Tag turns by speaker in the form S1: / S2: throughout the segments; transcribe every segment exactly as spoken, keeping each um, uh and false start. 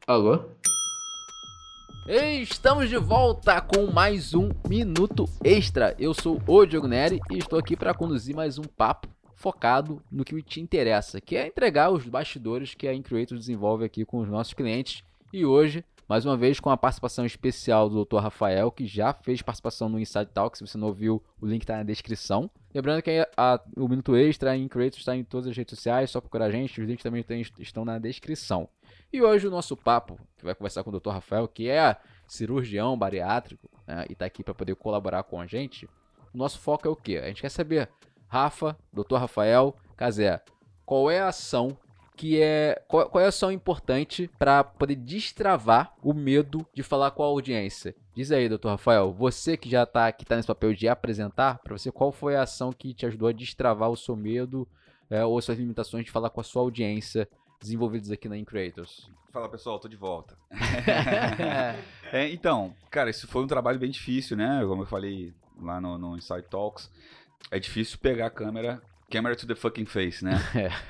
S1: Alô?
S2: Estamos de volta com mais um Minuto Extra. Eu sou o Diogo Neri e estou aqui para conduzir mais um papo focado no que te interessa, que é entregar os bastidores que a InCreators desenvolve aqui com os nossos clientes. E hoje, mais uma vez, com a participação especial do doutor Rafael, que já fez participação no Inside Talk. Se você não ouviu, o link está na descrição. Lembrando que a, a, o Minuto Extra, a InCreators, está em todas as redes sociais, só procurar a gente, os links também tem, estão na descrição. E hoje o nosso papo, que vai conversar com o doutor Rafael, que é cirurgião bariátrico, né, e está aqui para poder colaborar com a gente. O nosso foco é o quê? A gente quer saber, Rafa, doutor Rafael, Cazé, qual é a ação que é qual, qual é a ação importante para poder destravar o medo de falar com a audiência? Diz aí, doutor Rafael, você que já está aqui tá nesse papel de apresentar, para você, qual foi a ação que te ajudou a destravar o seu medo é, ou suas limitações de falar com a sua audiência, desenvolvidos aqui na InCreators?
S3: Fala, pessoal, tô de volta. é, então, cara, isso foi um trabalho bem difícil, né? Como eu falei lá no, no Inside Talks, é difícil pegar a câmera, camera to the fucking face, né?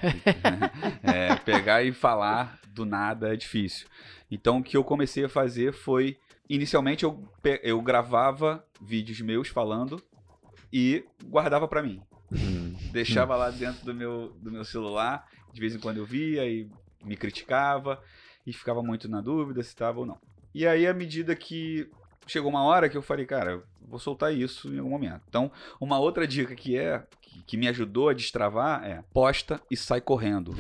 S3: É. É, pegar e falar do nada é difícil. Então, o que eu comecei a fazer foi, inicialmente eu, eu gravava vídeos meus falando e guardava pra mim. Deixava lá dentro do meu, do meu celular, de vez em quando eu via e me criticava e ficava muito na dúvida se estava ou não. E aí, à medida que chegou uma hora que eu falei, cara, eu vou soltar isso em algum momento. Então, uma outra dica que é, que, que me ajudou a destravar é, posta e sai correndo.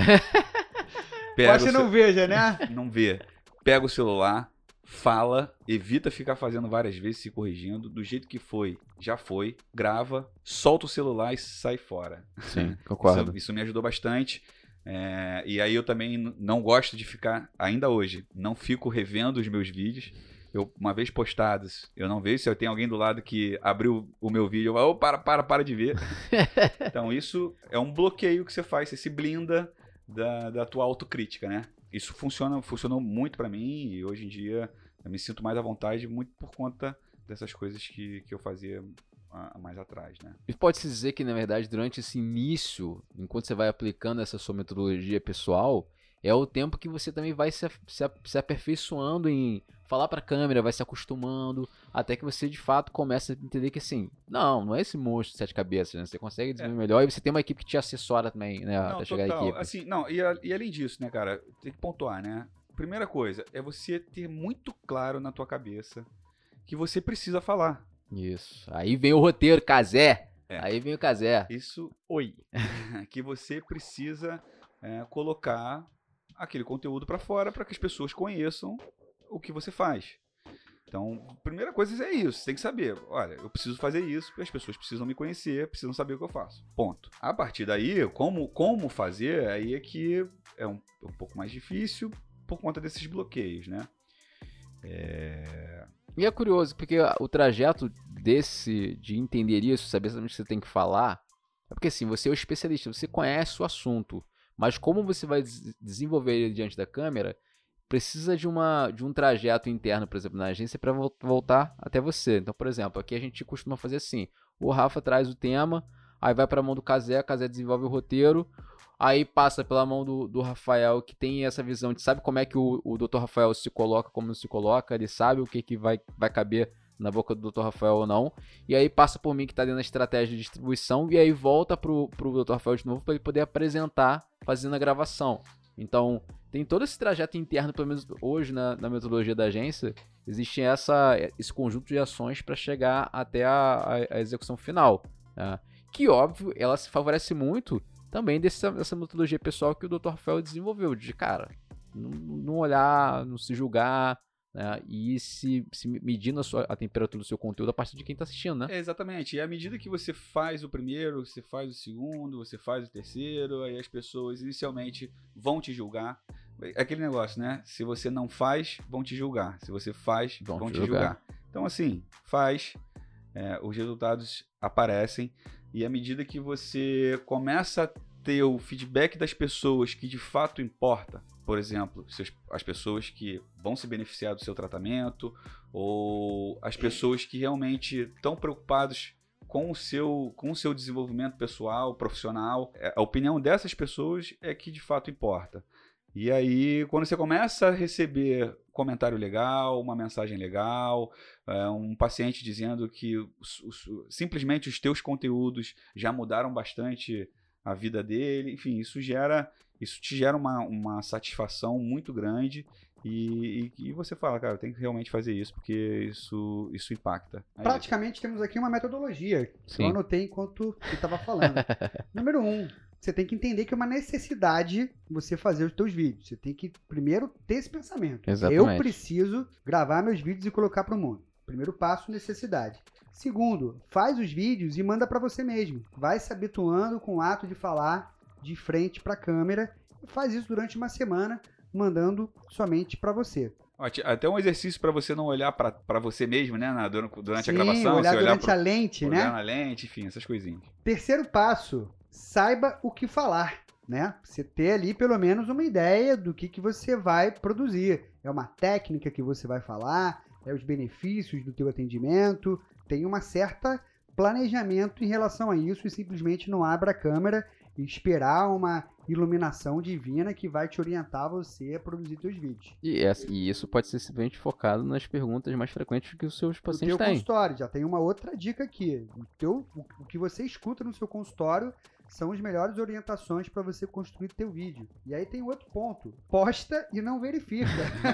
S4: Pode você não veja, né?
S3: Não vê. Pega o celular, fala, evita ficar fazendo várias vezes, se corrigindo, do jeito que foi, já foi, grava, solta o celular e sai fora.
S2: Sim, concordo.
S3: Isso, isso me ajudou bastante. É, e aí eu também não gosto de ficar, ainda hoje, não fico revendo os meus vídeos. Eu, uma vez postados, eu não vejo. Se eu tenho alguém do lado que abriu o meu vídeo, eu falo, oh, para, para, para de ver. Então isso é um bloqueio que você faz, você se blinda da, da tua autocrítica, né? Isso funciona, funcionou muito pra mim e hoje em dia eu me sinto mais à vontade muito por conta dessas coisas que, que eu fazia a, mais atrás, né?
S2: E pode-se dizer que, na verdade, durante esse início, enquanto você vai aplicando essa sua metodologia pessoal, é o tempo que você também vai se, se, se aperfeiçoando em falar pra câmera, vai se acostumando, até que você, de fato, começa a entender que, assim, não, não é esse monstro de sete cabeças, né? Você consegue desenvolver é. melhor e você tem uma equipe que te assessora também, né?
S3: Não,
S2: até chegar
S3: total.
S2: à equipe.
S3: Assim, não, e, e além disso, né, cara, tem que pontuar, né? Primeira coisa, é você ter muito claro na tua cabeça que você precisa falar.
S2: Isso. Aí vem o roteiro, Cazé. É. Aí vem o Cazé.
S3: Isso.
S4: Oi.
S3: Que você precisa é, colocar aquele conteúdo para fora para que as pessoas conheçam o que você faz. Então, a primeira coisa é isso. Você tem que saber. Olha, eu preciso fazer isso porque as pessoas precisam me conhecer, precisam saber o que eu faço. Ponto. A partir daí, como, como fazer, aí é que é um, um pouco mais difícil por conta desses bloqueios, né? É...
S2: E é curioso, porque o trajeto desse, de entender isso, saber exatamente o que você tem que falar, é porque assim, você é o especialista, você conhece o assunto, mas como você vai desenvolver ele diante da câmera, precisa de, uma, de um trajeto interno, por exemplo, na agência, para voltar até você. Então, por exemplo, aqui a gente costuma fazer assim, o Rafa traz o tema, aí vai para a mão do Cazé, o Cazé desenvolve o roteiro, aí passa pela mão do, do Rafael, que tem essa visão, de sabe como é que o, o doutor Rafael se coloca, como não se coloca, ele sabe o que, que vai, vai caber na boca do doutor Rafael ou não, e aí passa por mim que está dentro da estratégia de distribuição, e aí volta pro, pro doutor Rafael de novo para ele poder apresentar fazendo a gravação. Então, tem todo esse trajeto interno, pelo menos hoje na, na metodologia da agência, existe essa, esse conjunto de ações para chegar até a, a, a execução final, né? Que, óbvio, ela se favorece muito também dessa, dessa metodologia pessoal que o doutor Rafael desenvolveu, de, cara, não, não olhar, não se julgar, né, e ir se, se medindo a, sua, a temperatura do seu conteúdo a partir de quem está assistindo, né?
S3: É, exatamente. E à medida que você faz o primeiro, você faz o segundo, você faz o terceiro, aí as pessoas inicialmente vão te julgar. É aquele negócio, né? Se você não faz, vão te julgar. Se você faz, vão, vão te julgar. julgar. Então, assim, faz, é, os resultados aparecem. E à medida que você começa a ter o feedback das pessoas que de fato importa, por exemplo, as pessoas que vão se beneficiar do seu tratamento ou as pessoas que realmente estão preocupadas com o seu, com o seu desenvolvimento pessoal, profissional, a opinião dessas pessoas é que de fato importa. E aí, quando você começa a receber comentário legal, uma mensagem legal, é, um paciente dizendo que os, os, simplesmente os teus conteúdos já mudaram bastante a vida dele, enfim, isso gera, isso te gera uma, uma satisfação muito grande. E, e, e você fala, cara, tem que realmente fazer isso, porque isso, isso impacta. É
S1: Praticamente
S3: isso.
S1: Temos aqui uma metodologia, que
S2: Sim.
S1: eu anotei enquanto você estava falando. Número um, você tem que entender que é uma necessidade você fazer os teus vídeos. Você tem que primeiro ter esse pensamento.
S2: Exatamente.
S1: Eu preciso gravar meus vídeos e colocar para o mundo. Primeiro passo, necessidade. Segundo, faz os vídeos e manda para você mesmo. Vai se habituando com o ato de falar de frente para a câmera. E faz isso durante uma semana, mandando somente para você.
S3: Até um exercício para você não olhar para você mesmo, né, na, durante
S1: Sim,
S3: a gravação.
S1: olhar
S3: você
S1: durante
S3: olhar
S1: a lente,
S3: pro,
S1: né?
S3: Olhar na lente, enfim, essas coisinhas.
S1: Terceiro passo, saiba o que falar, né? Você ter ali pelo menos uma ideia do que, que você vai produzir. É uma técnica que você vai falar, é os benefícios do teu atendimento, tem uma certa planejamento em relação a isso e simplesmente não abra a câmera e esperar uma iluminação divina que vai te orientar você a produzir seus vídeos.
S2: E, essa, e isso pode ser simplesmente focado nas perguntas mais frequentes que os seus pacientes
S1: teu
S2: têm.
S1: Consultório, já tem uma outra dica aqui. O, teu, o, o que você escuta no seu consultório são as melhores orientações para você construir teu vídeo. E aí tem outro ponto. Posta e não verifica.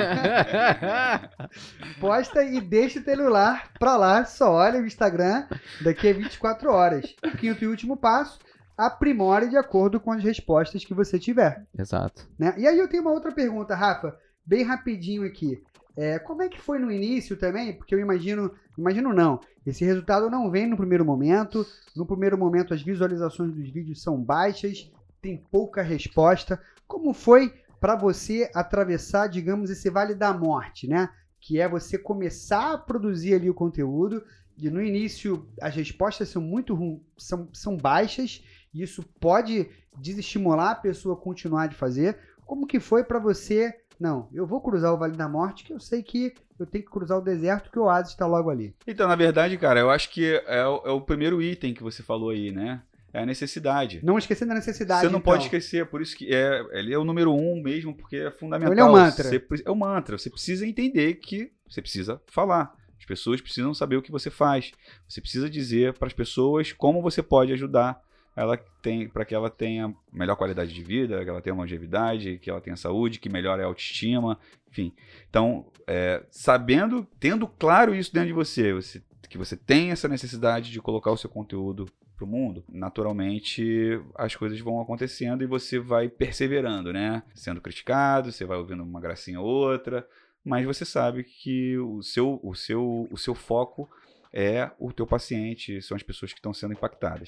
S1: Posta e deixa o celular pra lá, só olha o Instagram daqui a vinte e quatro horas. O quinto e último passo, aprimore de acordo com as respostas que você tiver.
S2: Exato.
S1: Né? E aí eu tenho uma outra pergunta, Rafa, bem rapidinho aqui. É, como é que foi no início também? Porque eu imagino, imagino não, esse resultado não vem no primeiro momento. No primeiro momento as visualizações dos vídeos são baixas, tem pouca resposta. Como foi para você atravessar, digamos, esse vale da morte, né? Que é você começar a produzir ali o conteúdo e no início as respostas são muito rum, são, são baixas e isso pode desestimular a pessoa a continuar de fazer. Como que foi para você? Não, eu vou cruzar o Vale da Morte, que eu sei que eu tenho que cruzar o deserto, que o oásis está logo ali.
S3: Então, na verdade, cara, eu acho que é o, é o primeiro item que você falou aí, né? É a necessidade.
S1: Não esquecendo a necessidade,
S3: Você não
S1: então.
S3: pode esquecer, por isso que é, ele é o número um mesmo, porque é fundamental.
S1: Ele é o mantra.
S3: Você, é o mantra. Você precisa entender que você precisa falar. As pessoas precisam saber o que você faz. Você precisa dizer para as pessoas como você pode ajudar ela tem, para que ela tenha melhor qualidade de vida, que ela tenha longevidade, que ela tenha saúde, que melhore a autoestima, enfim. Então, é, sabendo, tendo claro isso dentro de você, você, que você tem essa necessidade de colocar o seu conteúdo para o mundo, naturalmente as coisas vão acontecendo e você vai perseverando, né? Sendo criticado, você vai ouvindo uma gracinha ou outra, mas você sabe que o seu, o seu, o seu foco é o teu paciente, são as pessoas que estão sendo impactadas.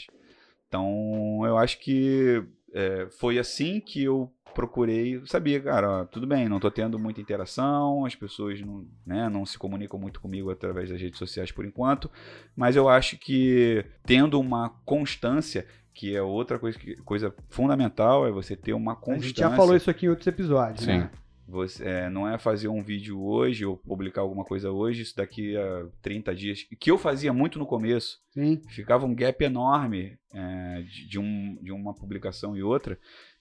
S3: Então, eu acho que é, foi assim que eu procurei, sabia, cara, ó, tudo bem, não tô tendo muita interação, as pessoas não, né, não se comunicam muito comigo através das redes sociais por enquanto, mas eu acho que tendo uma constância, que é outra coisa, coisa fundamental, é você ter uma constância.
S1: A gente já falou isso aqui em outros episódios,
S2: Sim.
S1: né?
S3: Você, é, não é fazer um vídeo hoje ou publicar alguma coisa hoje, isso daqui a trinta dias, que eu fazia muito no começo.
S1: Sim.
S3: Ficava um gap enorme é, de, de, um, de uma publicação e outra.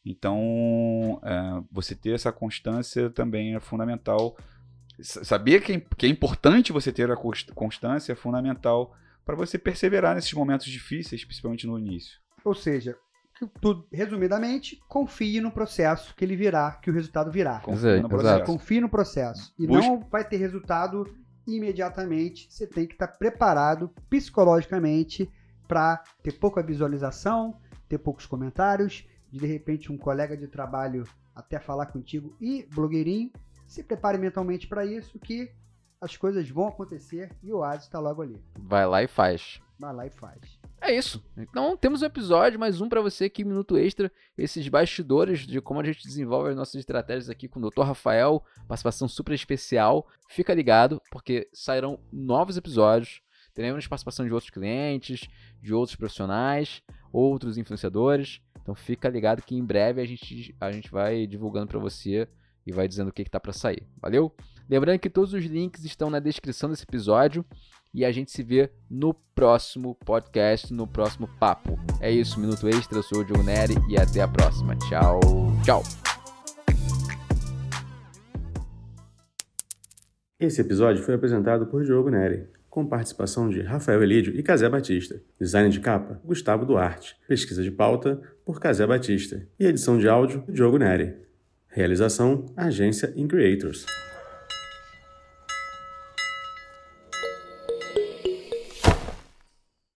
S3: Então, é, você ter essa constância também é fundamental. Saber que, que é importante você ter a constância é fundamental para você perseverar nesses momentos difíceis, principalmente no início.
S1: Ou seja, tudo, resumidamente, confie no processo que ele virá, que o resultado virá.
S2: Confie
S3: no processo.
S1: Confie no processo. E
S3: Busque...
S1: não vai ter resultado imediatamente. Você tem que estar preparado psicologicamente para ter pouca visualização, ter poucos comentários, de, de repente um colega de trabalho até falar contigo e blogueirinho. Se prepare mentalmente para isso, que as coisas vão acontecer e o oásis está logo ali.
S2: Vai lá e faz.
S1: Vai lá e faz.
S2: É isso. Então temos um episódio, mais um pra você aqui, Minuto Extra. Esses bastidores de como a gente desenvolve as nossas estratégias aqui com o doutor Rafael. Participação super especial. Fica ligado, porque sairão novos episódios. Teremos participação de outros clientes, de outros profissionais, outros influenciadores. Então fica ligado que em breve a gente, a gente vai divulgando pra você e vai dizendo o que, que tá pra sair. Valeu? Lembrando que todos os links estão na descrição desse episódio. E a gente se vê no próximo podcast, no próximo papo. É isso, Minuto Extra. Eu sou o Diogo Neri e até a próxima. Tchau, tchau.
S4: Esse episódio foi apresentado por Diogo Neri, com participação de Rafael Elídio e Cazé Batista. Design de capa, Gustavo Duarte. Pesquisa de pauta, por Cazé Batista. E edição de áudio, Diogo Neri. Realização, Agência In Creators.